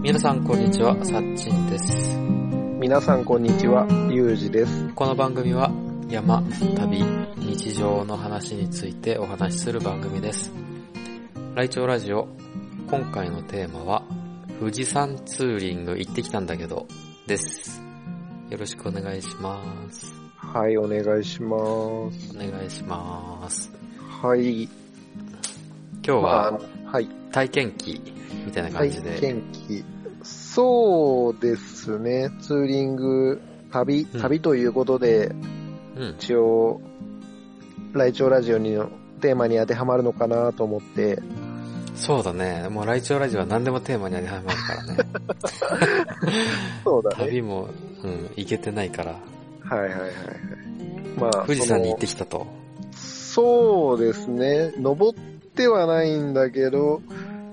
皆さんこんにちは、さっちんです。 皆さんこんにちは、ゆうじです。 この番組は山、旅、日常の話についてお話しする番組です。ライチョウラジオ、今回のテーマは富士山ツーリング行ってきたんだけどです。よろしくお願いします。 はい、お願いします。 お願いします。 はい。 今日は、 はい。 体験記みたいな感じで。 体験記。そうですね。ツーリング、旅ということで、一応、ライチョウラジオのテーマに当てはまるのかなと思って。 そうだね。もうライチョウラジオは何でもテーマに当てはまるからね。 そうだね。 旅も、行けてないから。 はいはいはい。まあ、 富士山に行ってきたと。 そうですね。登ってはないんだけど、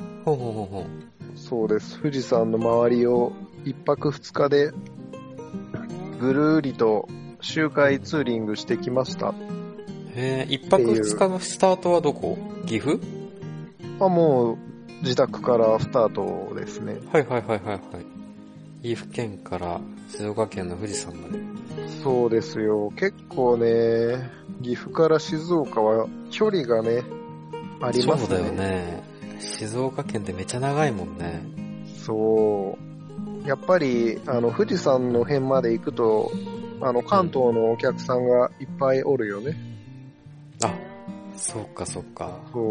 そうです。富士山の周りを一泊二日でぐるーりと周回ツーリングしてきました。 一泊二日のスタートはどこ？岐阜？ もう自宅からスタートですね。 はい。岐阜県から静岡県の富士山まで。 そうですよ。結構ね、岐阜から静岡は距離がね、ありますね。 そうだよね。静岡県ってめっちゃ長いもんね。 そう。やっぱり、富士山の辺まで行くと、関東のお客さんがいっぱいおるよね。 あ、そうか。 そう。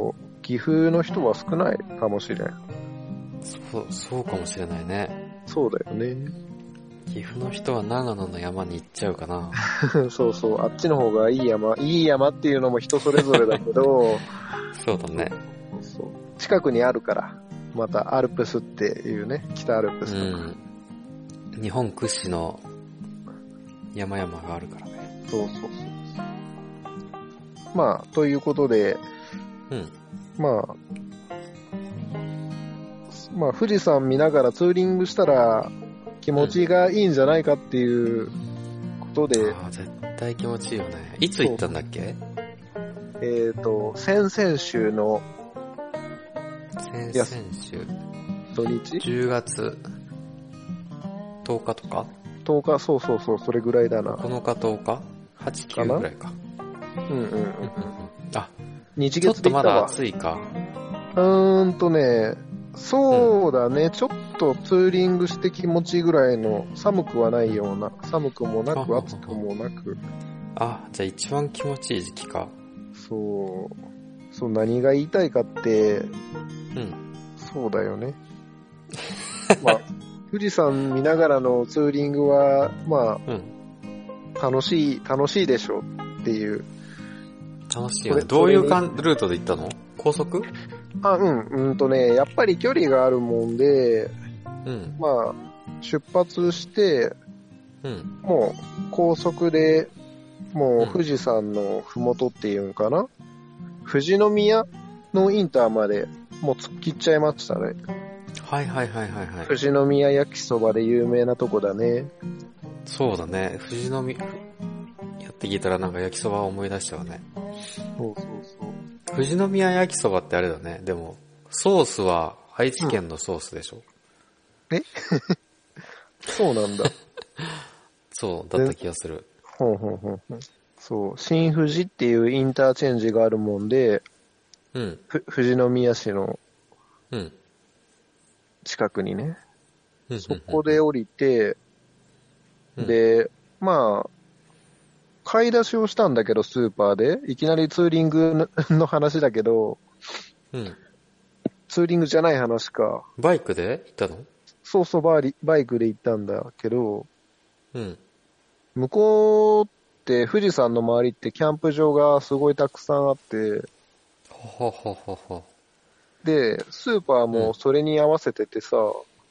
岐阜の人は少ないかもしれん。 そうかもしれないね。 そうだよね。 岐阜の人は長野の山に行っちゃうかな。 そう。あっちの方がいい山っていうのも人それぞれだけど、 そうだね。 そう近くにあるから、またアルプスっていうね、北アルプスとか。 日本屈指の山々があるからね。 そう。まあ、ということで、まあ、富士山見ながらツーリングしたら気持ちがいいんじゃないかっていうことで。 絶対気持ちいいよね。いつ行ったんだっけ？ 先々週の先々週土日 ?10 月10日とか ?10 日、そう、それぐらいだな。 9日10日 ?8、9ぐらいか。あ、 日月で行ったわ。ちょっとまだ暑いか。 そうだね、ちょっとツーリングして気持ちいいぐらいの、寒くはないような、寒くもなく暑くもなく。 じゃあ一番気持ちいい時期か。 そう、何が言いたいかって、そうだよね。まあ、富士山見ながらのツーリングは、まあ、楽しいでしょっていう。 楽しいよね。どういうルートで行ったの？高速？ やっぱり距離があるもんで、まあ、出発して、もう高速で、もう富士山のふもとっていうんかな、富士宮のインターまでもう突っ切っちゃいましたね。 はい。 富士宮焼きそばで有名なとこだね。 そうだね。富士宮って聞いたらなんか焼きそばを思い出したわね。 そう。 富士宮焼きそばってあれだね。でも、ソースは愛知県のソースでしょ？ そうなんだ。 そうだった気がする。 そう、新富士っていうインターチェンジがあるもんで、富士宮市の近くにね、そこで降りて、で、まあ、買い出しをしたんだけど、スーパーで。いきなりツーリングの話だけど、ツーリングじゃない話か。 バイクで行ったの？ そう、バイクで行ったんだけど、向こうって富士山の周りってキャンプ場がすごいたくさんあって、で、スーパーもそれに合わせててさ、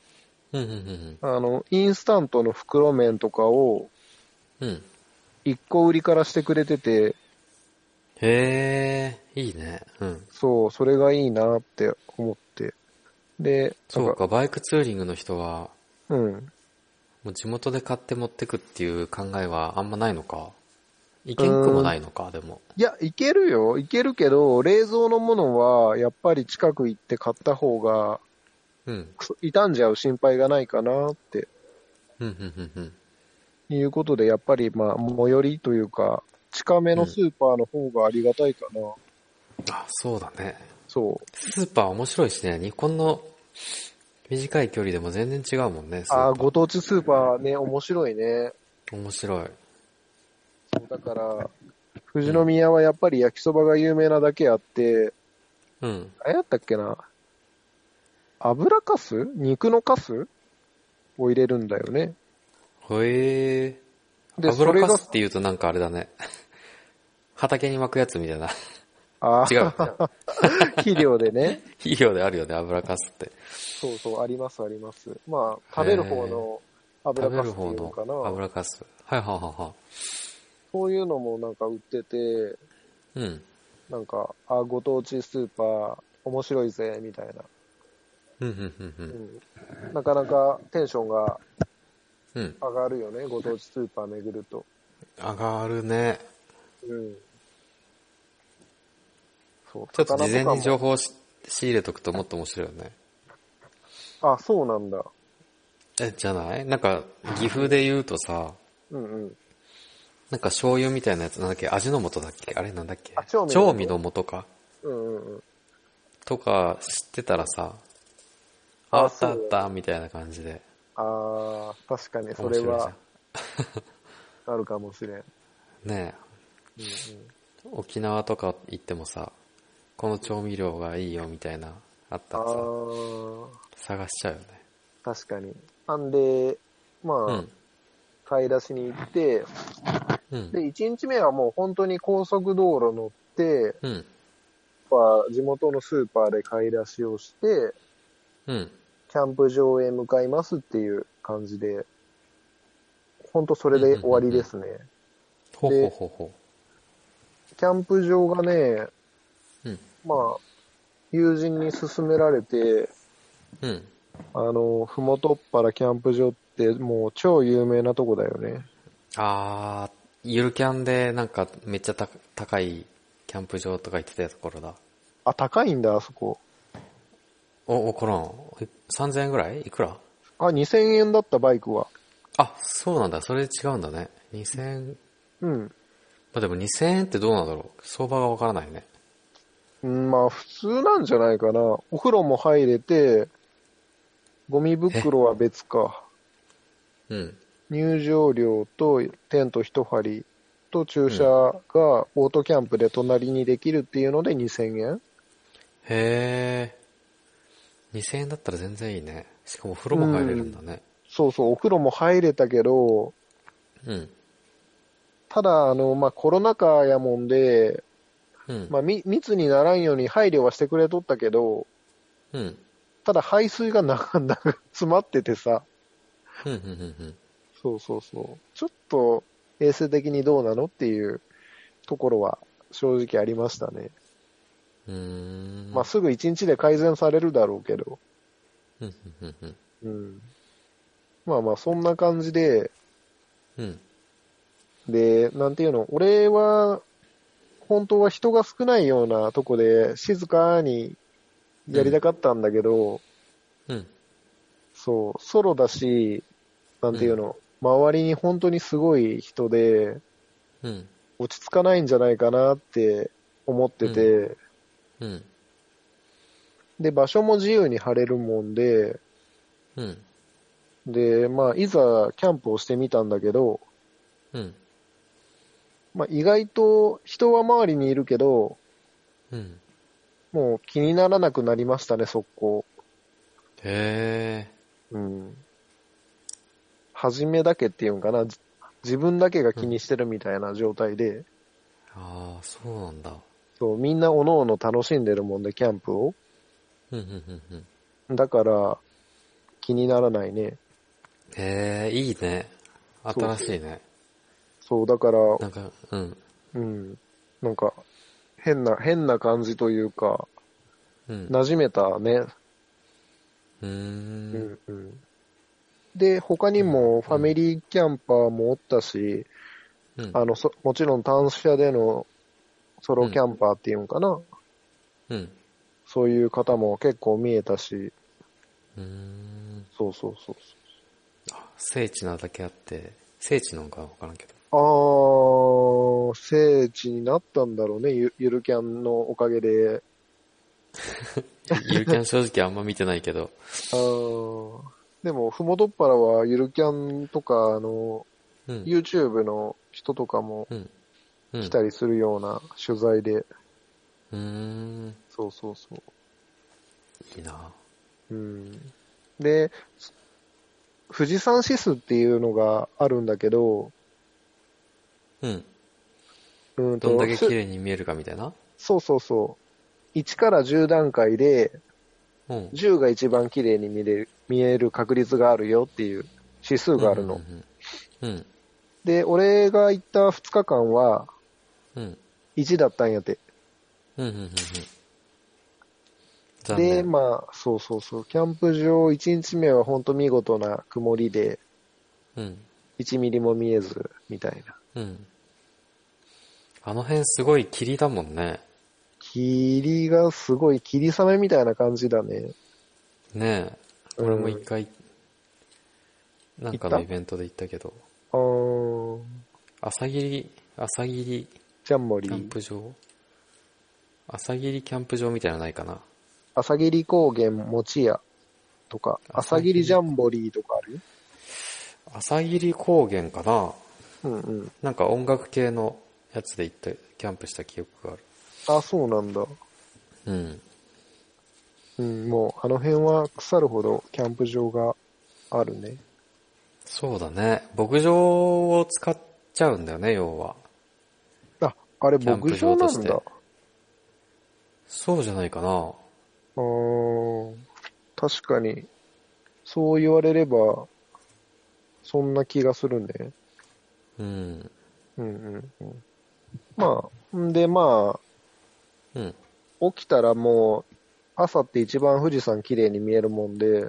インスタントの袋麺とかを、1個売りからしてくれてて、 へー、いいね。 そう、それがいいなって思って。で、 そうか、バイクツーリングの人は、 もう地元で買って持ってくっていう考えはあんまないのか。いけんくもないのか、でも。 いや、いけるよ。いけるけど、冷蔵のものは、やっぱり近く行って買った方がうん。 傷んじゃう心配がないかなって。 うん、うん、うん、 いうことで、やっぱりまあ、最寄りというか、近めのスーパーの方がありがたいかな。 あ、そうだね。 そう。 スーパー面白いしね。日本の短い距離でも全然違うもんね、スーパー。 ああ、ご当地スーパーね、面白いね。 面白い。 そう、だから、富士宮はやっぱり焼きそばが有名なだけあって、 うん。 あれやったっけな。油かす肉のかすを入れるんだよね。 へえ。 で、そ油れが、 かすって言うとなんかあれだね。畑に巻くやつみたいな。 あ違う。 あ、肥料でね。 肥料であるよね、油かすって。 そうそう、ありますあります。まあ、食べる方の油かすっていうのかな。 油かす。はいはいはいはい。 そういうのもなんか売ってて、 うん。 なんか、ご当地スーパー面白いぜ、みたいな。 うん、うん、うん、うん。 なかなかテンションがうん。 上がるよね、ご当地スーパー巡ると。 上がるね。 うん。そう、 ちょっと事前に情も。 報を仕入れとくともっと面白いよね。 あ、そうなんだ。 じゃないなんか、岐阜で言うとさ、 うんうん。 なんか醤油みたいなやつなんだっけ味の素だっけあれなんだっけ調味の素か。 うんうんうん。 とか知ってたらさ、あったあったみたいな感じで。 確かにそ面白いじゃれはあるかもしれん。 ん。ねうんうん、 え。沖縄とか行ってもさ、この調味料がいいよみたいな、あったらさ、探しちゃうよね。 確かに。んで、まあ、買い出しに行って、で、1日目はもう本当に高速道路乗って、地元のスーパーで買い出しをして、キャンプ場へ向かいますっていう感じで、本当それで終わりですね。で、キャンプ場がね、まあ、友人に勧められて、ふもとっぱらキャンプ場ってもう超有名なとこだよね。 ゆるキャンでなんかめっちゃ高いキャンプ場とか行ってたところだ。 あ、高いんだ、あそこ。 わからん。3000円ぐらいいくら 2000円だったバイクは。 そうなんだ。それ違うんだね。2000円。 うん。 まあでも2000円ってどうなんだろう。相場がわからないね。 まあ普通なんじゃないかな。お風呂も入れて、ゴミ袋は別か。入場料とテント一張りと駐車がオートキャンプで隣にできるっていうので2000円。 へー。2000円だったら全然いいね。しかもお風呂も入れるんだね。 そうそう、お風呂も入れたけど、ただ、まあ、コロナ禍やもんで、まあ、密にならんように配慮はしてくれとったけど、ただ排水が詰まっててさ、そうそうそう。ちょっと衛生的にどうなのっていうところは正直ありましたね。まあすぐ1日で改善されるだろうけど。まあまあそんな感じで、で、なんていうの、俺は本当は人が少ないようなとこで静かにやりたかったんだけど、そう、ソロだし、なんていうの、周りに本当にすごい人で、落ち着かないんじゃないかなって思ってて、で、場所も自由に張れるもんで、で、まあ、いざキャンプをしてみたんだけど、まあ、意外と人は周りにいるけど、もう気にならなくなりましたね、速攻。 へー。初めだけっていうんかな、自分だけが気にしてるみたいな状態で。 そうなんだ。 そう、みんなおのおの楽しんでるもんで、キャンプを。だから、気にならないね。 へえ、いいね。新しいね。 そう、だから、 なんか、 なんか、変な感じというか、馴染めたね。で、他にもファミリーキャンパーもおったし、もちろん単車でのソロキャンパーっていうんかな。そういう方も結構見えたし、 そうそうそう。 聖地なだけあって、聖地なのかわからんけど。 聖地になったんだろうね、ゆるキャンのおかげで。 ゆるキャン正直あんま見てないけど。 でも、ふもとっぱらはゆるキャンとか、YouTube の人とかも来たりするような取材で。そうそうそう。 いいな。 で、富士山指数っていうのがあるんだけど、 どんだけ綺麗に見えるかみたいな。 そうそうそう。1から10段階で、10が一番綺麗に見える確率があるよっていう指数があるの。で、俺が行った2日間は、1だったんやて。で、まあ、そうそうそう。キャンプ場1日目はほんと見事な曇りで、1ミリも見えず、みたいな。 あの辺すごい霧だもんね。 霧がすごい霧雨みたいな感じだね。 ねえ。俺も一回、なんかのイベントで行ったけど。朝霧ジャンボリー。 キャンプ場朝霧キャンプ場みたいなのないかな。 朝霧高原餅屋とか、朝霧ジャンボリーとかある？ 朝霧高原かな。なんか音楽系のやつで行ってキャンプした記憶がある。 あ、そうなんだ。もうあの辺は腐るほどキャンプ場があるね。 そうだね。牧場を使っちゃうんだよね、要は。 あれ牧場なんだ。 そうじゃないかな。 確かに、そう言われれば、そんな気がするね。まあ、起きたらもう、朝って一番富士山綺麗に見えるもんで、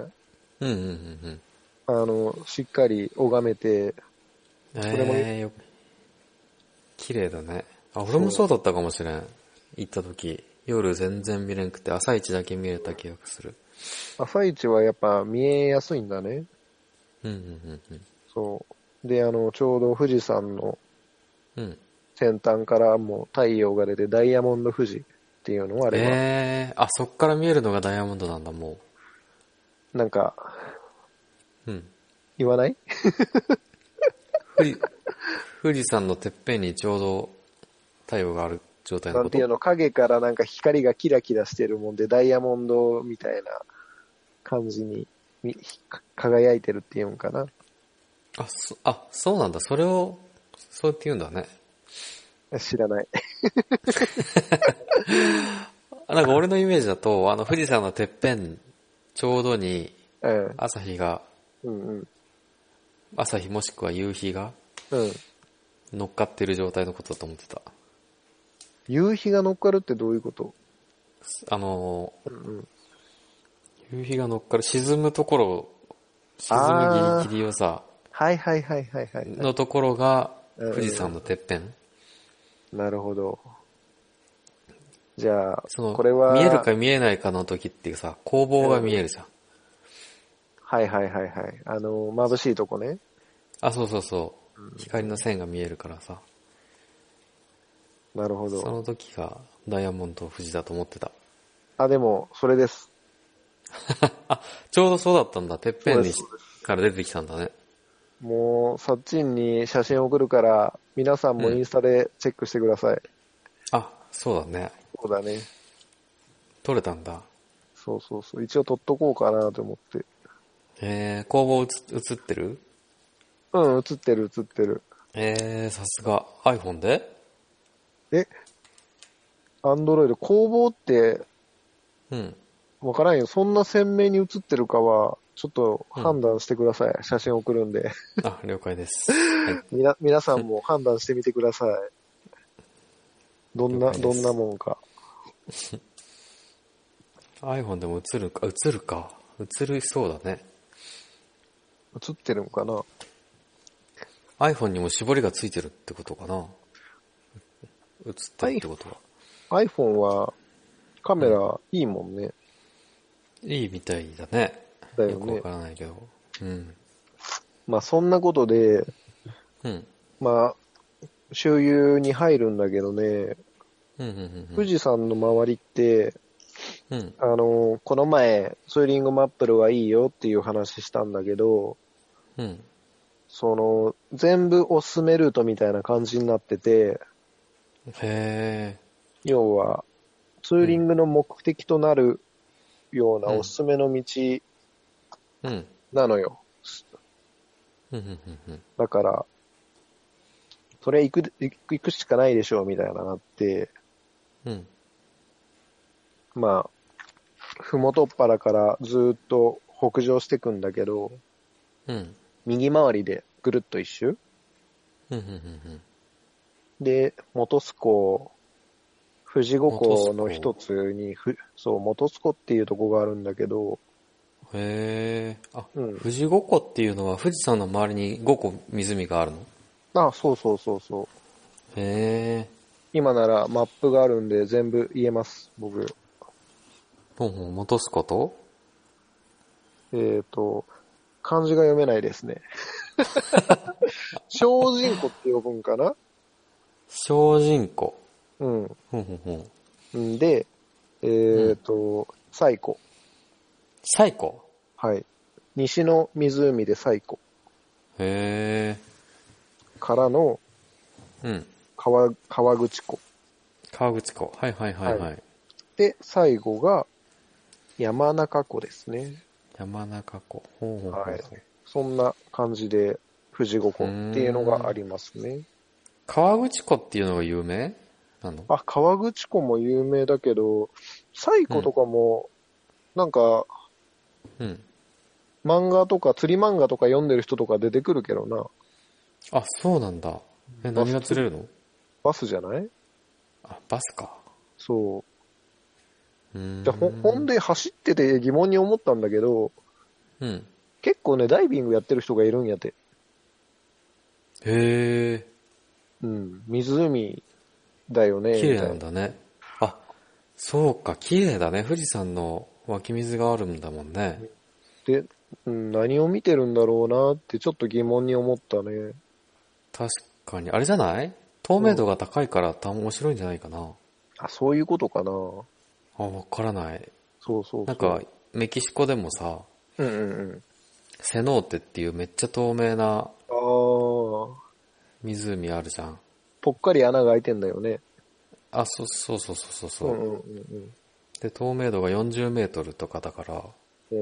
しっかり拝めて、 それも綺麗だね。俺もそうだったかもしれん。行った時、夜全然見れんくて、朝一だけ見れた気がする。 朝一はやっぱ見えやすいんだね。そう。で、ちょうど富士山の先端からもう太陽が出てダイヤモンド富士っていうのはあれは。そっから見えるのがダイヤモンドなんだ、もう。なんか、言わない富士山のてっぺんにちょうど太陽がある状態のこと。 なんていうの、影からなんか光がキラキラしてるもんで、ダイヤモンドみたいな感じに輝いてるっていうんかな。 そうなんだ。それを、そうって言うんだね。 知らない。 なんか俺のイメージだと、富士山のてっぺん、ちょうどに、朝日が、朝日もしくは夕日が、乗っかってる状態のことだと思ってた。 夕日が乗っかるってどういうこと？ 夕日が乗っかる、沈むところ、沈むギリギリをさ、のところが富士山のてっぺん。 なるほど。じゃあ、 これは見えるか見えないかの時っていうさ、光芒が見えるじゃん。 眩しいとこね。 そうそうそう。光の線が見えるからさ。 なるほど。 その時がダイヤモンド富士だと思ってた。 でも、それです。 ちょうどそうだったんだ。てっぺんにから出てきたんだね。 もう、サッチンに写真送るから、皆さんもインスタでチェックしてください。 そうだね。 そうだね。 撮れたんだ。 そうそうそう。一応撮っとこうかなと思って。 光芒映ってる？ 映ってる。 さすが。iPhone で？ Android、光芒って、わからんよ。そんな鮮明に映ってるかは、ちょっと判断してください。写真送るんで。 了解です。はい、 皆さんも判断してみてください。どんなもんか。 iPhone でも映るか。映りそうだね。 映ってるのかな？ iPhone にも絞りがついてるってことかな？映ってるってことは。 iPhone はカメラいいもんね。 いいみたいだね。 だよね。 よくわからないけど。うん。 まあそんなことで、 うん。 まあ、周遊に入るんだけどね、富士山の周りって、 うん。 この前、ツーリングマップルはいいよっていう話したんだけど、 うん。 全部おすすめルートみたいな感じになってて、 へ要は、ツーリングの目的となるようなおすすめの道うん。 なのよ。 うん。 だから、それ行くしかないでしょうみたいななって、 うん。 まあ、ふもとっぱらからずっと北上してくんだけど、 うん。 右回りでぐるっと一周で、本栖湖、富士五湖の一つに、そう、本栖湖っていうとこがあるんだけど、 へー。あ、 うん。 富士五湖っていうのは富士山の周りに5個湖があるの？ あ、そうそうそうそう。 へー。 今ならマップがあるんで全部言えます、僕。 ほんほん、本栖湖と漢字が読めないですね。精進湖って呼ぶんかな。 精進湖。 うん。 ほんほんほん。 んで、西湖。 西湖？ はい。西の湖で西湖。 へからの、 ー。うん。 川口湖。 川口湖。はいはいはいはい。 で、最後が山中湖ですね。 山中湖。ほうほうほうほう。 はい。そんな感じで、富士五湖っていうのがありますね。 川口湖っていうのが有名なの？ あ、川口湖も有名だけど、西湖とかも、なんか、 うん。 漫画とか釣り漫画とか読んでる人とか出てくるけどな。 あ、そうなんだ。何が釣れるの？ バスじゃない？ あ、バスか。 そう。 じゃほんで走ってて疑問に思ったんだけど、 うん。 結構ね、ダイビングやってる人がいるんやて。 へえ。 うん。湖だよね、 綺麗みたいな。 なんだね。あ、そうか、綺麗だね。富士山の湧き水があるんだもんね。 で、何を見てるんだろうなってちょっと疑問に思ったね。 確かに。あれじゃない？透明度が高いから面白いんじゃないかな。 あ、そういうことかな。 あ、わからない。 そうそうそう。 なんか、メキシコでもさ、 うんうんうん。 セノーテっていうめっちゃ透明なああ、 湖あるじゃん。 ぽっかり穴が開いてんだよね。 あ、そう。 うんうんうんで、透明度が40メートルとかだから、 うん。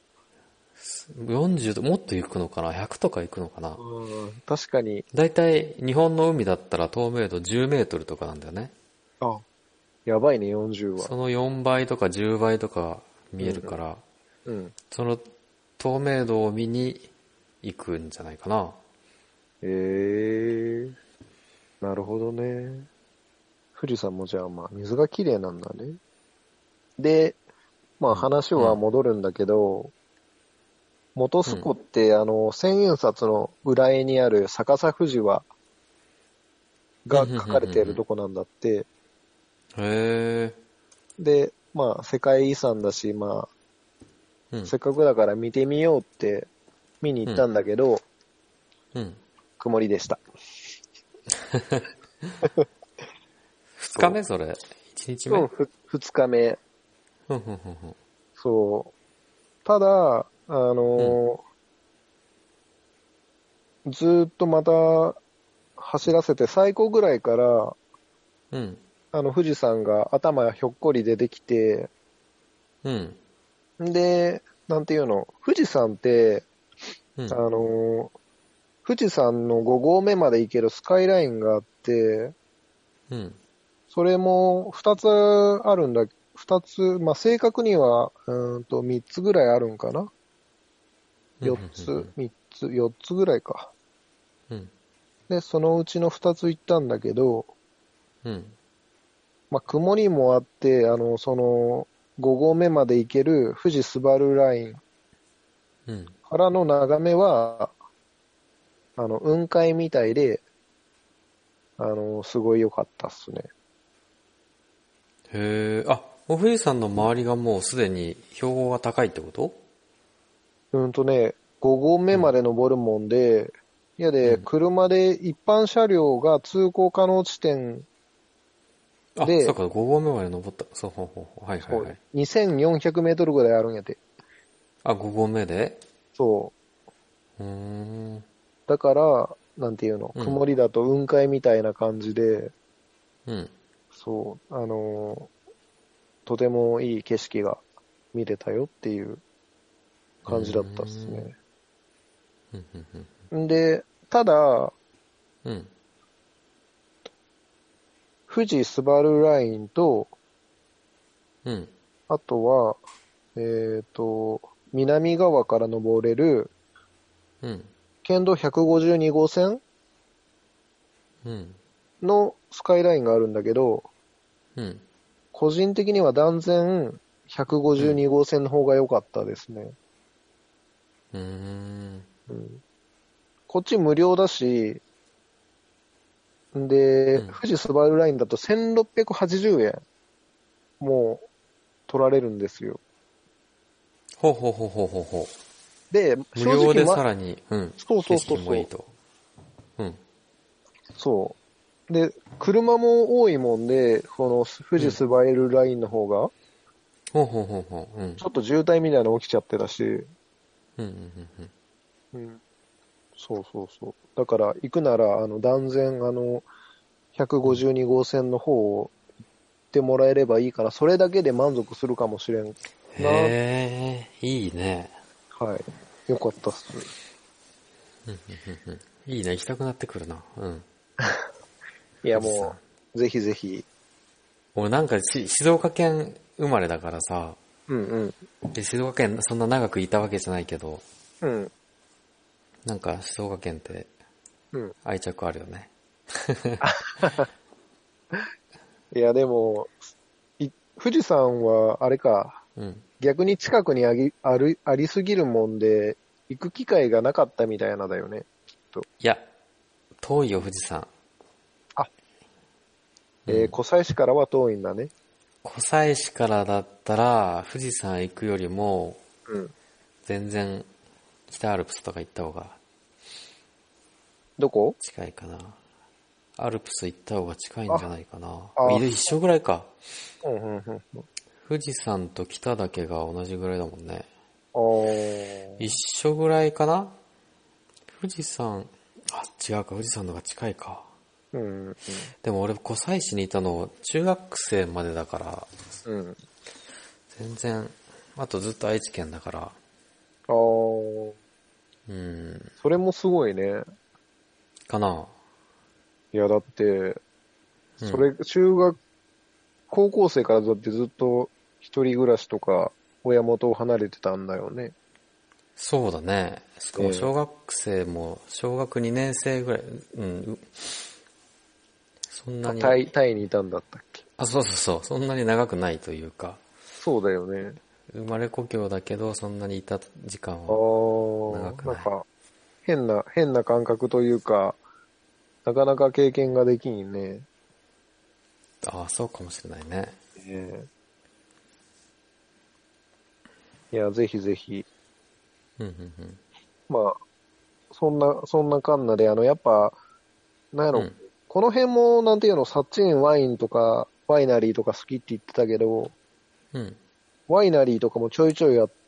40、もっと行くのかな？ 100 とか行くのかな？ 確かに。 だいたい日本の海だったら透明度10メートルとかなんだよね。 あ、やばいね、40は。 その4倍とか10倍とか見えるから、 うん。 その透明度を見に行くんじゃないかな。 なるほどね。富士山もじゃあまあ水が綺麗なんだね。で、まあ話は戻るんだけど、本栖湖って千円札の裏絵にある逆さ富士は、が書かれているとこなんだって。 へで、まあ世界遺産だし、まあ、せっかくだから見てみようって見に行ったんだけど、曇りでした。 2日目それ ?1 日目？ 2日目。そう。ただ、ずーっとまた走らせて最高ぐらいから、富士山が頭ひょっこり出てきて、で、なんていうの、富士山って、富士山の5合目まで行けるスカイラインがあって、それも2つあるんだ、2つ、まあ、正確には、3つぐらいあるんかな。4つ、3つ、4つぐらいか。で、そのうちの2つ行ったんだけど、まあ、曇りもあって、その、5合目まで行ける富士スバルラインからの眺めは、雲海みたいで、すごい良かったっすね。 へえ、あ、富士山の周りがもうすでに標高が高いってこと？ 5合目まで登るもんで、いやで、車で一般車両が通行可能地点で、 そうか、5合目まで登った。そう、はいはいはい。 2400メートルぐらいあるんやて。 5合目で？ そう。だから、なんていうの、曇りだと雲海みたいな感じで、そう、とてもいい景色が見れたよっていう感じだったっすね。で、ただ、富士スバルラインと、あとは、南側から登れる、県道152号線のスカイラインがあるんだけど、個人的には断然152号線の方が良かったですね。こっち無料だし、で、富士スバルラインだと1680円もう取られるんですよ。 ほう。 で、 無料でさらに、 そう。 景色もいいと。 そう。で、車も多いもんで、この富士スバルラインの方が、ちょっと渋滞みたいなの起きちゃってたし、そう。だから、行くなら、断然、152号線の方を行ってもらえればいいから、それだけで満足するかもしれんな。 へー、いいね。 はい。よかったっす。 いいね、行きたくなってくるな。 いや、もう、ぜひぜひ。 俺なんか静岡県生まれだからさ、で静岡県そんな長くいたわけじゃないけど、なんか静岡県って愛着あるよね。 いや、でも、富士山は、あれか、逆に近くにありすぎるもんで、行く機会がなかったみたいなだよね、きっと。 いや、遠いよ、富士山。 湖西市からは遠いんだね。 湖西市からだったら、富士山行くよりも、全然、北アルプスとか行った方が、 どこ？ 近いかな。アルプス行った方が近いんじゃないかな。一緒ぐらいか。富士山と北岳が同じぐらいだもんね。一緒ぐらいかな？富士山、違うか、富士山の方が近いか。でも俺、湖西市にいたの中学生までだから、全然、あとずっと愛知県だから。 それもすごいね。 かな。 いや、だって、高校生からだってずっと一人暮らしとか、親元を離れてたんだよね。 そうだね。しかも小学生も、小学2年生ぐらい、そんなに。 タイにいたんだったっけ？ そう。そんなに長くないというか。 そうだよね。 生まれ故郷だけど、そんなにいた時間は長くない。 なんか、変な感覚というか、なかなか経験ができんね。 そうかもしれないね。 いや、ぜひぜひ。まあ、そんなかんなで、やっぱ、なんやろ、この辺も、なんていうの、サッチンワインとか、ワイナリーとか好きって言ってたけど、ワイナリーとかもちょいちょいあって、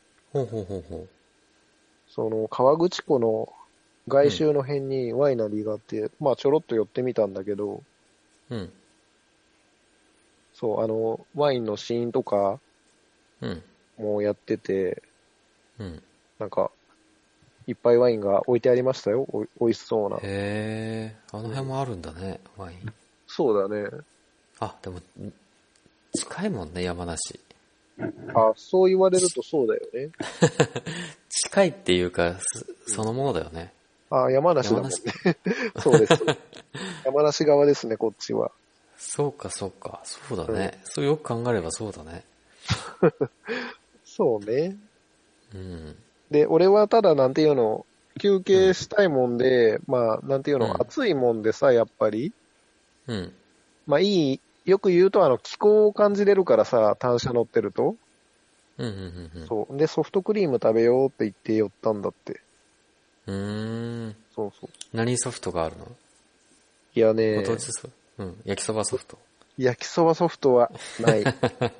その、河口湖の外周の辺にワイナリーがあって、まあちょろっと寄ってみたんだけど、そう、ワインの試飲とか、もやってて、なんか、いっぱいワインが置いてありましたよ。おいしそうな。 あの辺もあるんだね、ワイン。 そうだね。 でも、近いもんね、山梨。 そう言われるとそうだよね。 近いっていうか、そのものだよね。 山梨だもんね。そうです。山梨側ですね、こっちは。 そうか。そうだね。そうよく考えればそうだね。 そうね。で、俺はただなんていうの、休憩したいもんで、まあ、なんていうの、暑いもんでさ、やっぱり。まあよく言うと気候を感じれるからさ、単車乗ってると。 うんうんうんうん。 そう。で、ソフトクリーム食べようって言って寄ったんだって。そうそう。 何ソフトがあるの？ いやご当ね、 地ソフト？うん。焼きそばソフト。 焼きそばソフトはない。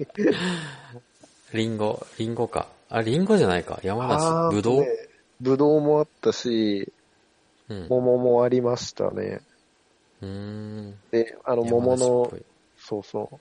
リンゴか。あ、リンゴじゃないか。山梨。ぶどう？ ぶどうもあったし、 うん。 桃もありましたね。で、 山梨っぽい。 そうそう、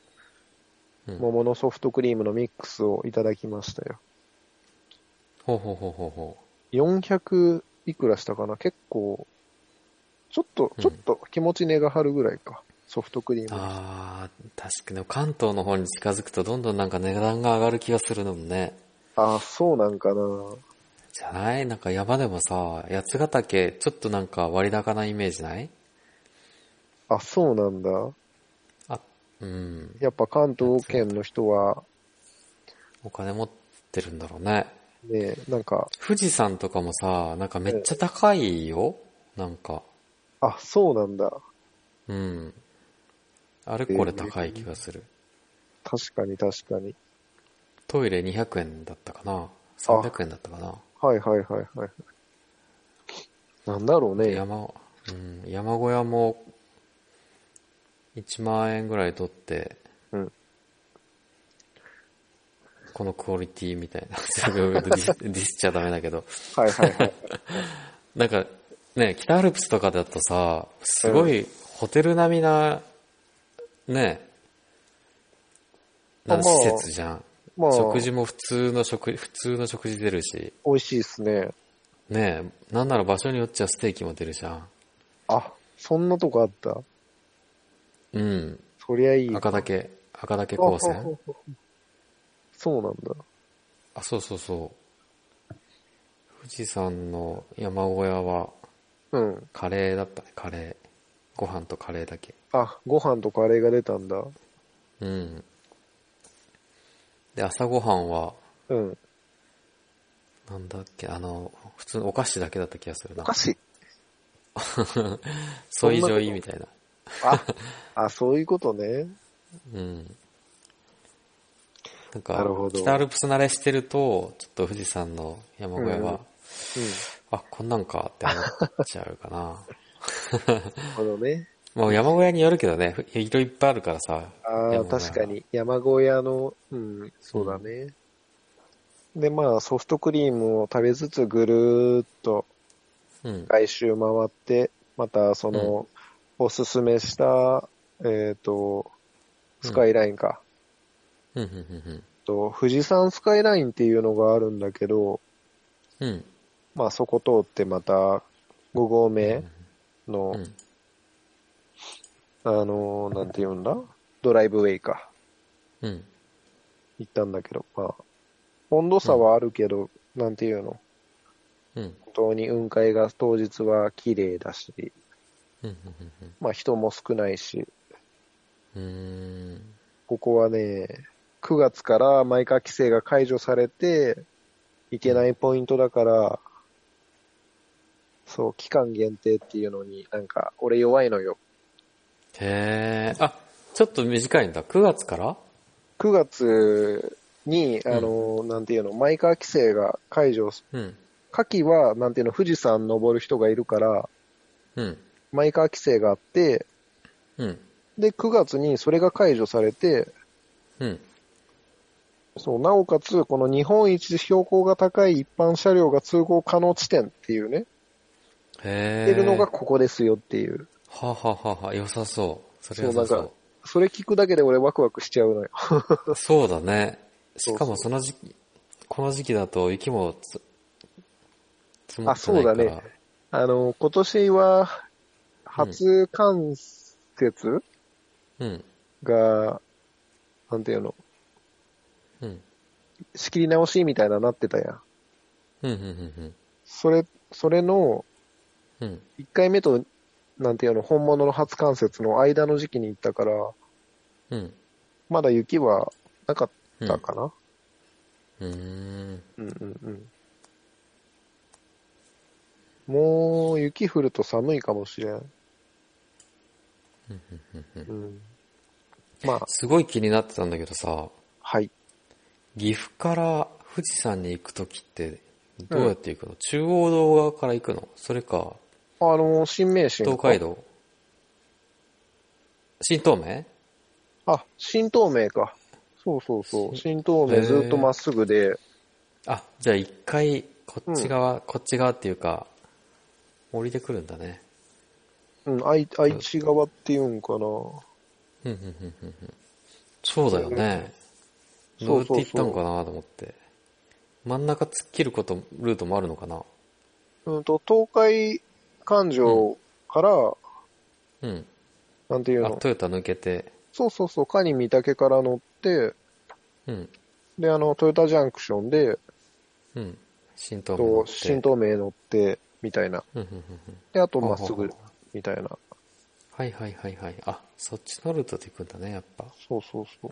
うん。 桃のソフトクリームのミックスをいただきましたよ。 ほうほうほうほうほ 400いくらしたかな、結構、ちょう。 っと気持ち値が張るぐらいか。ソフトクリーム。 あー、確かに関東の方に近づくとどんどんなんか値段が上がる気がするのもね。 あ、そうなんかな。 じゃない？なんか山でもさ、八ヶ岳ちょっとなんか割高なイメージない？ あ、そうなんだ。 あ、うん。 やっぱ関東圏の人は、 お金持ってるんだろうね。 ね、なんか、 富士山とかもさ、なんかめっちゃ高いよ。なんか。 あ、そうなんだ。 うん。あれこれ高い気がする。 確かに確かに。 トイレ200円だったかな？ あ、 300 円だったかな？ はいはいはいはい。なんだろうで、 ね。 山小屋も1万円ぐらい取って、 うん。 このクオリティみたいな。ディスっちゃダメだけど。 はいはいはい。 なんか、ね、北アルプスとかだとさ、すごいホテル並みな、ね、 まあ、 施設じゃん。 まあ、 食事も普通の食事出るし。 美味しいっすね。 ねえ、なんなら場所によっちゃステーキも出るじゃん。 あ、そんなとこあった？ うん。 そりゃいいわ。 赤岳高専？ そうなんだ。 あ、そうそうそう。富士山の山小屋は、 うん。 カレーだったね、カレー。ご飯とカレーだけ。 あ、ご飯とカレーが出たんだ。 うん。で、朝ごはんは、 うん。 なんだっけ、普通のお菓子だけだった気がするな。 お菓子？ ソイジョイみたいな。 そういうことね。 うん。なんなるか、 ほど。 北アルプス慣れしてると、ちょっと富士山の山小屋は、 うん。 あ、こんなんかって思っちゃうかな。 なるほどね。 もう山小屋によるけどね、色いっぱいあるからさ。 確かに。山小屋の、そうだね。で、まあ、ソフトクリームを食べつつぐるーっと、外周回って、また、おすすめした、スカイラインか。富士山スカイラインっていうのがあるんだけど、まあそこ通ってまた5合目の、なんて言うんだ？ドライブウェイか。行ったんだけど、まあ、温度差はあるけど、なんて言うの？本当に雲海が当日は綺麗だし、まあ人も少ないし、ここはね、9月からマイカー規制が解除されて、行けないポイントだから、そう、期間限定っていうのになんか、俺弱いのよ。 へー。あ、ちょっと短いんだ。9月から？ 9 月に、なんていうの、マイカー規制が解除、夏季は、なんていうの、富士山登る人がいるから、マイカー規制があって、で、9月にそれが解除されて、そう、なおかつ、この日本一標高が高い一般車両が通行可能地点っていうね、出るのがここですよっていう。 はははは、良さそう。それ良さそう。 そう、なんか、それ聞くだけで俺ワクワクしちゃうのよ。 そうだね。しかもこの時期だと雪も積もってないから。 そうだね。今年は、初冠雪、が、なんていうの、仕切り直しみたいななってたやん。それの、1回目と、なんていうの、本物の初冠雪の間の時期に行ったから、まだ雪はなかったかな。もう雪降ると寒いかもしれん。 まあ。すごい気になってたんだけどさ。 はい。 岐阜から富士山に行くときってどうやって行くの？中央道側から行くの？それか、 新名神。 東海道。新東名？ あ、新東名か。そうそうそう。新東名ずっとまっすぐで。 あ、じゃあ一回、こっち側っていうか、降りてくるんだね。 愛知側っていうんかな。 そうだよね。どうやって行ったのかなと思って。真ん中突っ切るルートもあるのかな？ 東海環状から、なんていうの？ トヨタ抜けて。 そうそうそう、カニ三竹から乗って、で、トヨタジャンクションで、 新東名乗って、みたいな。で、あとまっすぐ、みたいな。 はいはいはいはい。あ、そっちのルートで行くんだね、やっぱ。 そうそうそう。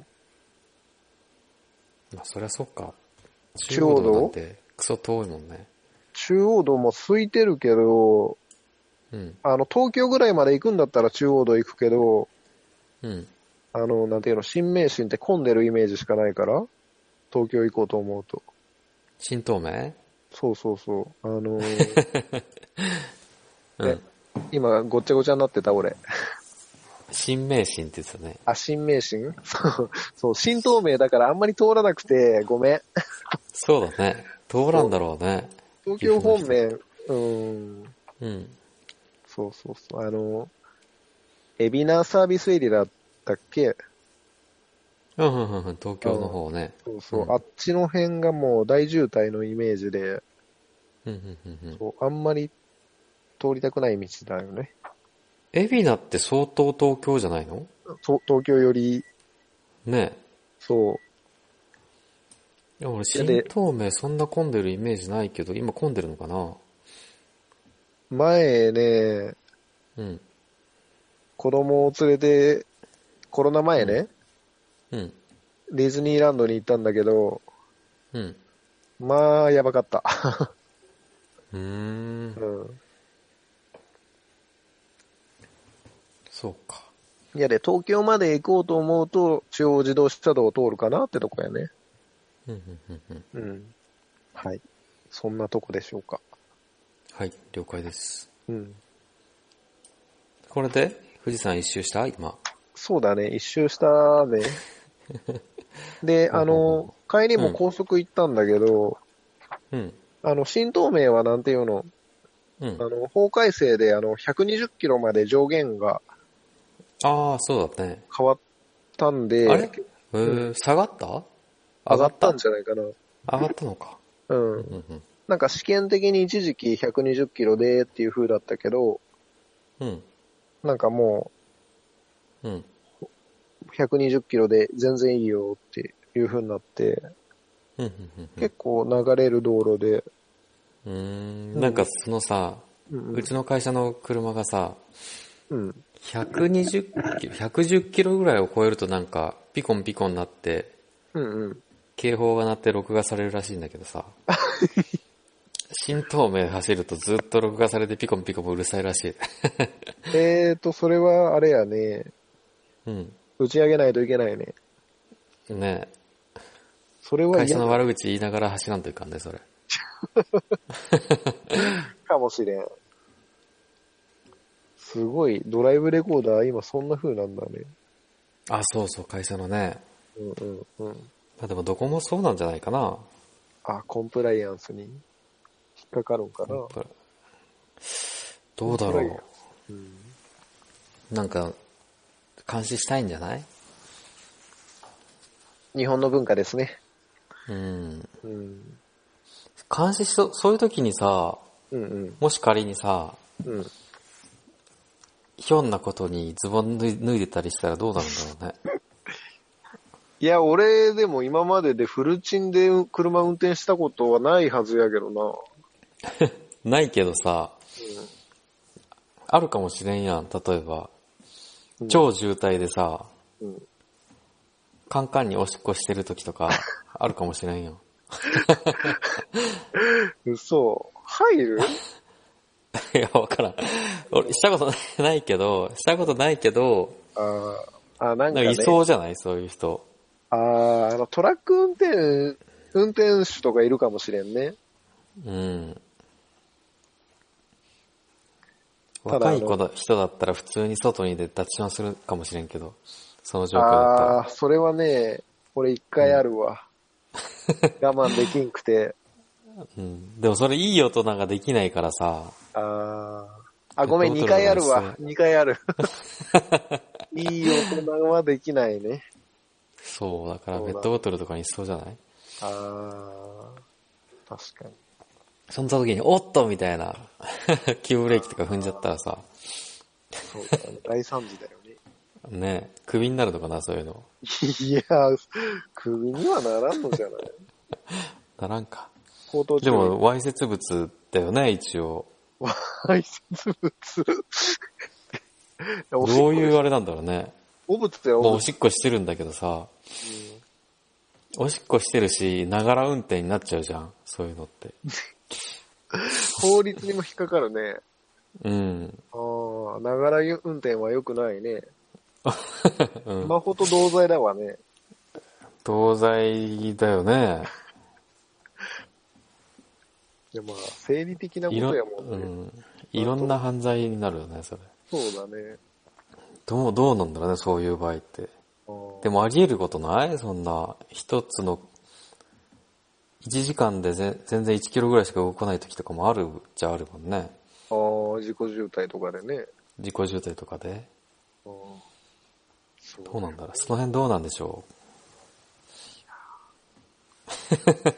まあ、そりゃそっか。中央道なんてクソ遠いもんね。 中央道も空いてるけど、東京ぐらいまで行くんだったら中央道行くけど、なんていうの、新名神って混んでるイメージしかないから、東京行こうと思うと。 新東名？ そうそうそう。今、ごっちゃごちゃになってた、俺。 新名神って言ってたね。 あ、新名神？そう、新東名だからあんまり通らなくて、ごめん。 そうだね。通らんだろうね。 東京方面、そうそうそう。海老名サービスエリアだったっけ？ 東京の方ね。 そうそう、あっちの辺がもう大渋滞のイメージで、そう、あんまり通りたくない道だよね。 海老名って相当東京じゃないの？ 東京より。 ね。 そう。 いや、俺、新東名そんな混んでるイメージないけど、今混んでるのかな？ 前ね、子供を連れて、コロナ前ね、ディズニーランドに行ったんだけど、まあ、やばかった。 そうか。 いやで、東京まで行こうと思うと、中央自動車道を通るかなってとこやね。はい。そんなとこでしょうか。 はい、了解です。これで、富士山一周した今。 そうだね、一周したね。で、帰りも高速行ったんだけど、新東名はなんていうの、法改正で120キロまで上限が、 ああ、そうだね。 変わったんで、 あれ下がった？ 上がったんじゃないかな。 上がったのか。 なんか試験的に一時期120キロでっていう風だったけど、なんかもう、120キロで全然いいよっていう風になって、結構流れる道路で。 なんかそのさ、うちの会社の車がさ、110キロぐらいを超えるとなんかピコンピコンなって、警報が鳴って録画されるらしいんだけどさ、新東名走るとずっと録画されてピコンピコンうるさいらしい。 それはあれやね。打ち上げないといけないね。 ねえ。 それは会社の悪口言いながら走らんといかんね、それ。 かもしれん。すごい、ドライブレコーダー今そんな風なんだね。 あ、そうそう、会社のね。まあでもどこもそうなんじゃないかな。 あ、コンプライアンスに引っかかるんかな。 どうだろう。なんか、監視したいんじゃない？ 日本の文化ですね。 監視そういう時にさ、もし仮にさ、ひょんなことにズボン脱いでたりしたらどうなるんだろうね。 いや、俺でも今まででフルチンで車運転したことはないはずやけどな。 ないけどさ、あるかもしれんやん。例えば、超渋滞でさ、カンカンにおしっこしてる時とか、あるかもしれんやん。 嘘。入る？ いや、わからん。俺、したことないけど、 なんかね、 いそうじゃない？そういう人。 トラック運転手とかいるかもしれんね。 うん。若い人だったら普通に外に出て立ちションするかもしれんけど、その状況だったら。 それはね、俺一回あるわ。我慢できんくて。 うん。でもそれいい大人ができないからさ。 ごめん、2回あるわ。2回ある。いい大人はできないね。 そう、だからペットボトルとかにしそうじゃない？ 確かに。 そんな時に、おっとみたいな、急ブレーキとか踏んじゃったらさ。 そうだね。大惨事だよね。 ねえ、クビになるのかな、そういうの。 いや、クビにはならんのじゃない？ ならんか。 でも、わいせつ物だよね、一応。 わいせつ物どういうあれなんだろうね。 お物っておもうおしっこしてるんだけどさ、おしっこしてるし、ながら運転になっちゃうじゃん、そういうのって。 法律にも引っかかるね。 うん。 ながら運転は良くないね。 うん、 スマホと同罪だわね。 同罪だよね。 でも生理的なことやもんね。 いろんな犯罪になるよね、それ。 そうだね。 どうなんだろうね、そういう場合って。でもあり得ることない？そんな、一つの、1時間で全然1キロぐらいしか動かない時とかもあるじゃあるもんね。 自己渋滞とかでね。 自己渋滞とかで。どうなんだろう、その辺どうなんでしょう。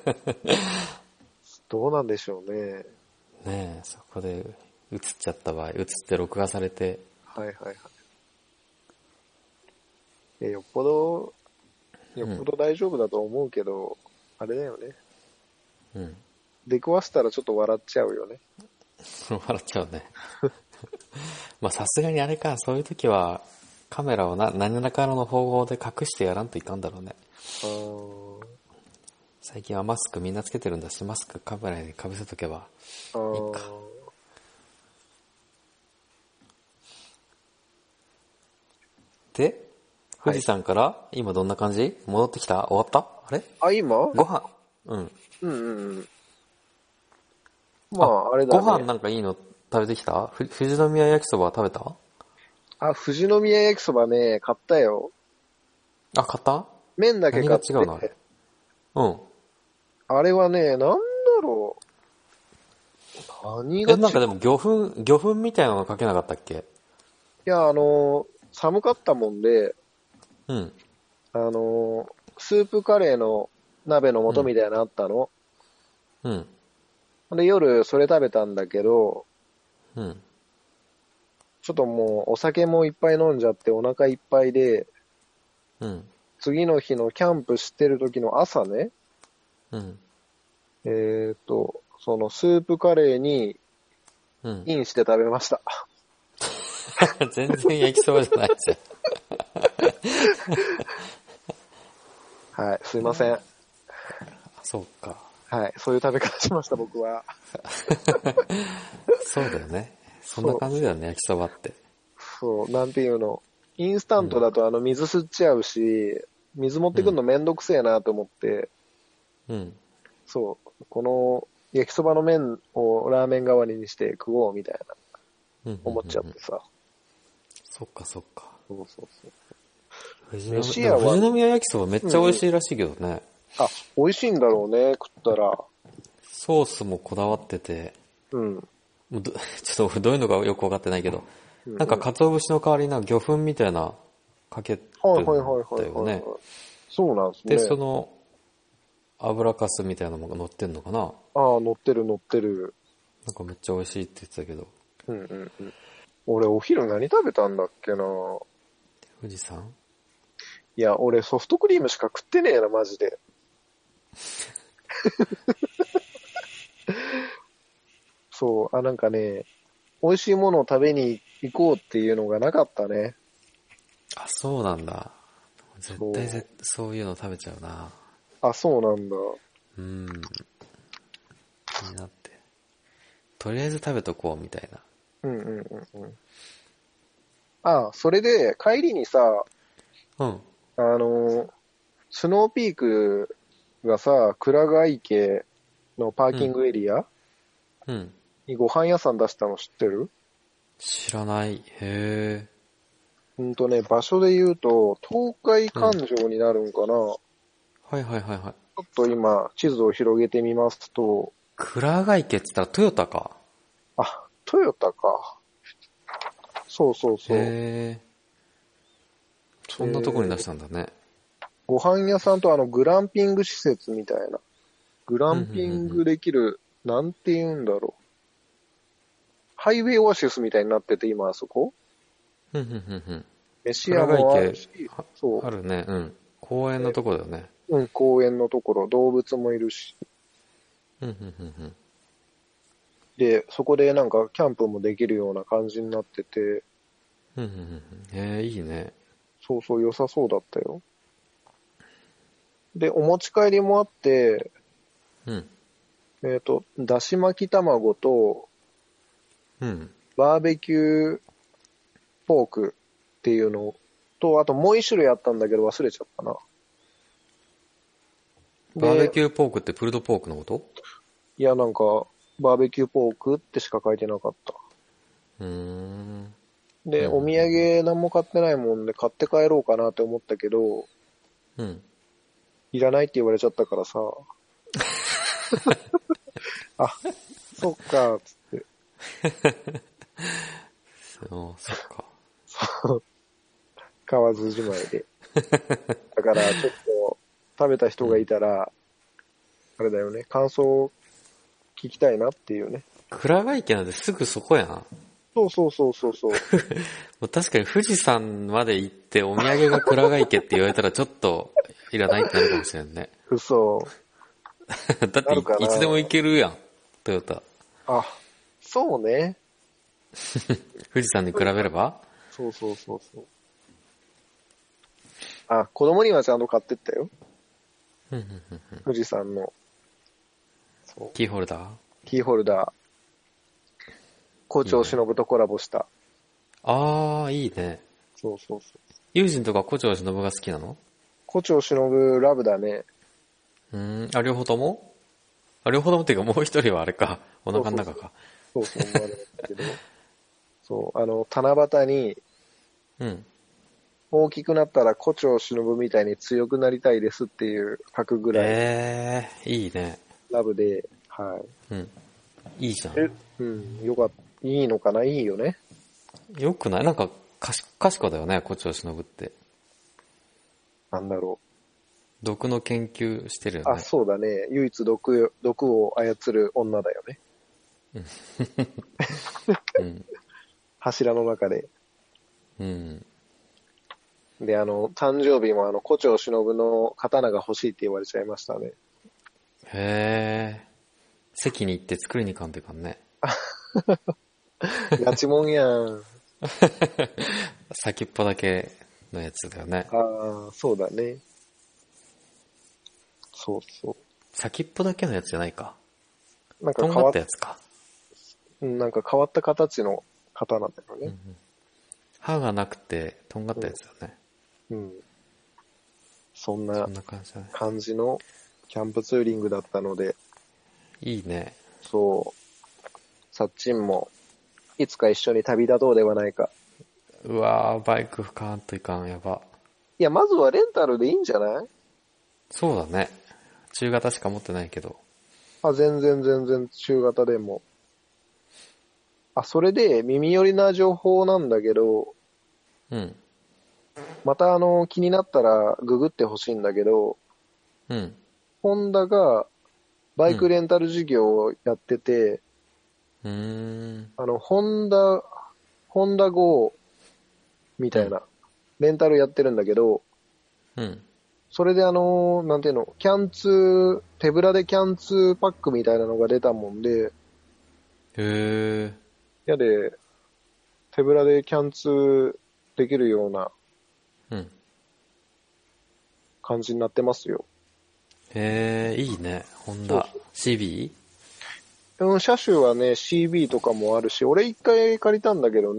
どうなんでしょうね。 ねえ、そこで映っちゃった場合、映って録画されて。 はいはいはい。よっぽど大丈夫だと思うけど、あれだよね。 うん。 出くわしたらちょっと笑っちゃうよね。 笑っちゃうね。まあさすがにあれか、そういう時はカメラを何らかの方法で隠してやらんといかんだろうね。最近はマスクみんなつけてるんだし、マスクカメラに被せとけばいいか。で、富士山から今どんな感じ？戻ってきた？終わった？あれ？ 今？ ご飯。うん。 まあ、あれだね。 ご飯なんかいいの食べてきた？富士宮焼きそば食べた？ 富士宮焼きそばね、買ったよ。 買った？ 麺だけ買って。 何が違うの？うん。 あれはね、なんだろう。何が違う？ なんかでも魚粉みたいなのかけなかったっけ？ いや、寒かったもんで、 うん。 スープカレーの鍋の素みたいなのあったの。 うん。 で、夜それ食べたんだけど、 うん。 ちょっともうお酒もいっぱい飲んじゃってお腹いっぱいで、 うん。 次の日のキャンプしてる時の朝ね、 うん。 そのスープカレーにインして食べました。 全然焼きそばじゃないじゃん。はい、すいません。 そうか。 はい、そういう食べ方しました、僕は。 そうだよね。そんな感じだよね、焼きそばって。 そう、なんていうの。インスタントだと水吸っちゃうし、水持ってくるのめんどくせえなと思って、そう、この焼きそばの麺をラーメン代わりにして食おうみたいな、思っちゃってさ。 そっかそっか。 そうそうそう。 富士宮焼きそばめっちゃ美味しいらしいけどね。 美味しいんだろうね、食ったら。 ソースもこだわってて。ちょっとどういうのかよくわかってないけど、なんか鰹節の代わりに魚粉みたいなかけてるんだよね。 そうなんですね。 で、その油かすみたいなのが乗ってんのかな？ 乗ってる。 なんかめっちゃ美味しいって言ってたけど。 俺お昼何食べたんだっけな。 富士山？ いや、俺ソフトクリームしか食ってねえな、マジで。そう、なんかね、美味しいものを食べに行こうっていうのがなかったね。 そうなんだ。絶対そういうの食べちゃうな。 そうなんだ。 気になって。とりあえず食べとこうみたいな。 それで帰りにさ、 スノーピークがさ、鞍ヶ池のパーキングエリア、にご飯屋さん出したの知ってる？ 知らない。へ場所で言うと、東海環状になるんかな、 はいはいはいはい。 ちょっと今、地図を広げてみますと。 鞍ヶ池って言ったらトヨタか。 あ、トヨタか。そうそうそう。 そんなとこに出したんだね。 ご飯屋さんとグランピング施設みたいな。グランピングできる、なんて言うんだろう。ハイウェイオアシスみたいになってて、今あそこ。飯屋もあるし、 そう。あるね、公園のところだよね。 公園のところ、動物もいるし。で、そこでなんかキャンプもできるような感じになってて。 いいね。 そうそう、良さそうだったよ。で、お持ち帰りもあって、だし巻き卵と、バーベキューポークっていうのと、あともう一種類あったんだけど忘れちゃったな。 バーベキューポークってプルドポークのこと？ いや、なんか、バーベキューポークってしか書いてなかった。で、お土産何も買ってないもんで買って帰ろうかなって思ったけど、いらないって言われちゃったからさ。あ、そっか、つって。 そっか。 そう。買わずじまいで。だから、ちょっと、食べた人がいたら、あれだよね、感想を聞きたいなっていうね。 鞍ヶ池なんてすぐそこやな。 そうそうそうそうそう。 もう確かに富士山まで行ってお土産が鞍ヶ池って言われたらちょっといらないってなるかもしれんね。 嘘。 だっていつでも行けるやん、トヨタ。 あ、そうね。 富士山に比べれば？ そうそうそうそう。あ、子供にはちゃんと買ってったよ。富士山の。 そうキーホルダー？ キーホルダー。校長忍とコラボした。 いいね。 そうそうそう。 友人とか校長忍が好きなの？ 校長忍ラブだね。 両方とも？両方ともっていうかもう一人はあれか。お腹の中か。 そうそう思われたけど。そう、七夕に、大きくなったら胡蝶忍みたいに強くなりたいですっていう書くぐらい。いいね。 ラブで、はい。 いいじゃん。 よかった。いいのかな？いいよね。 よくない？なんか、賢だよね、胡蝶忍って。 なんだろう。毒の研究してるよね。 あ、そうだね。唯一毒を操る女だよね。柱の中で。で、誕生日も胡蝶忍の刀が欲しいって言われちゃいましたね。 へー。席に行って作りに行かんといかんね。 ガチもんやん。 先っぽだけのやつだよね。 ああ、そうだね。そうそう。 先っぽだけのやつじゃないか。 なんかとんがったやつか。 なんか変わった形の刀だよね。 刃がなくて、とんがったやつだね。 そんな感じのキャンプツーリングだったので。 いいね。 そう。さっちんも、いつか一緒に旅立とうではないか。 うわー、バイク買わんといかん、やば。 いや、まずはレンタルでいいんじゃない？ そうだね。中型しか持ってないけど。 全然中型でも。それで耳寄りな情報なんだけど、また気になったらググってほしいんだけど、ホンダがバイクレンタル事業をやってて、ホンダ GO みたいな、レンタルやってるんだけど、それでなんていうの、手ぶらでキャンツーパックみたいなのが出たもんで、やで、手ぶらでキャンツーできるような、感じになってますよ。 いいね。ホンダ。CB？ 車種はね、CB とかもあるし、俺一回借りたんだけど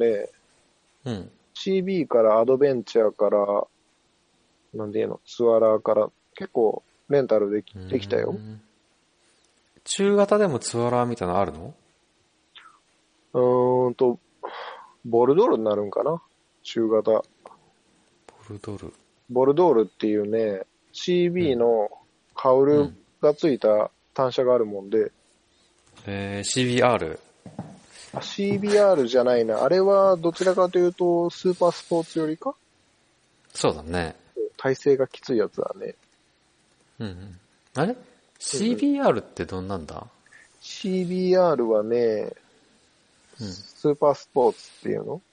ね、CB からアドベンチャーから、なんでいうの、ツアラーから、 結構レンタルできたよ。 中型でもツアラーみたいなのあるの？ ボルドールになるんかな？中型。ボルドールっていうね、CB のカウルがついた単車があるもんで。 CBR？ CBR じゃないな。あれはどちらかというと、スーパースポーツよりか？ そうだね。 体勢がきついやつだね。 あれ？ CBR ってどんなんだ？ CBR はね、スーパースポーツっていうの？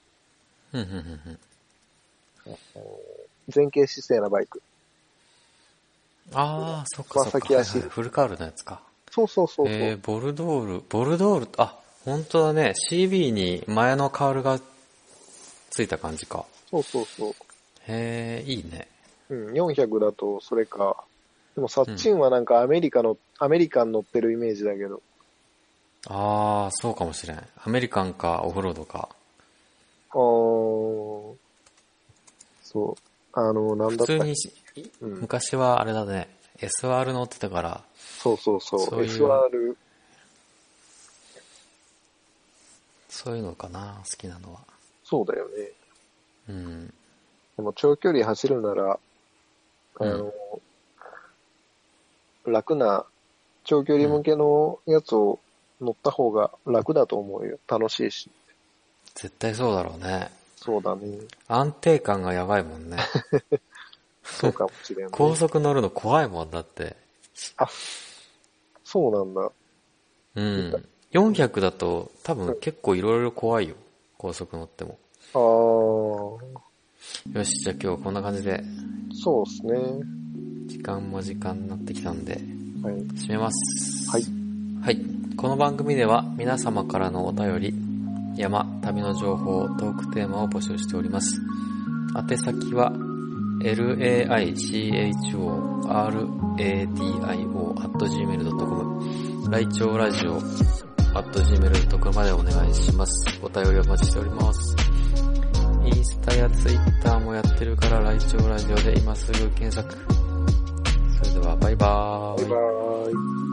前傾姿勢なバイク。 ああ、そっかそっか。 先足、 フルカウルのやつか。 そう。 ボルドール、あ、本当だね。CB に前のカウルがついた感じか。 そう。 へえ、いいね。 400だとそれか。でもサッチンはなんかアメリカン乗ってるイメージだけど。 ああ、そうかもしれん。アメリカンかオフロードか。 そう。なんだったっけ？ 普通に、昔はあれだね。SR 乗ってたから。 そう。SR。 そういうのかな、好きなのは。 そうだよね。でも長距離走るなら、楽な、長距離向けのやつを乗った方が楽だと思うよ。楽しいし。 絶対そうだろうね。 そうだね。 安定感がやばいもんね。 そうかもしれんね。 高速乗るの怖いもんだって。 あ、そうなんだ。 400だと多分結構いろいろ怖いよ。高速乗っても。よし、じゃあ今日こんな感じで。 そうですね。 時間も時間になってきたんで、締めます。 はい。 この番組では皆様からのお便り、山、旅の情報、トークテーマを募集しております。宛先は、laichoradio@gmail.com 来庁ラジオ@gmail.com までお願いします。お便りお待ちしております。インスタやツイッターもやってるから来庁ラジオで今すぐ検索。それではバイバーイ。 バイバーイ。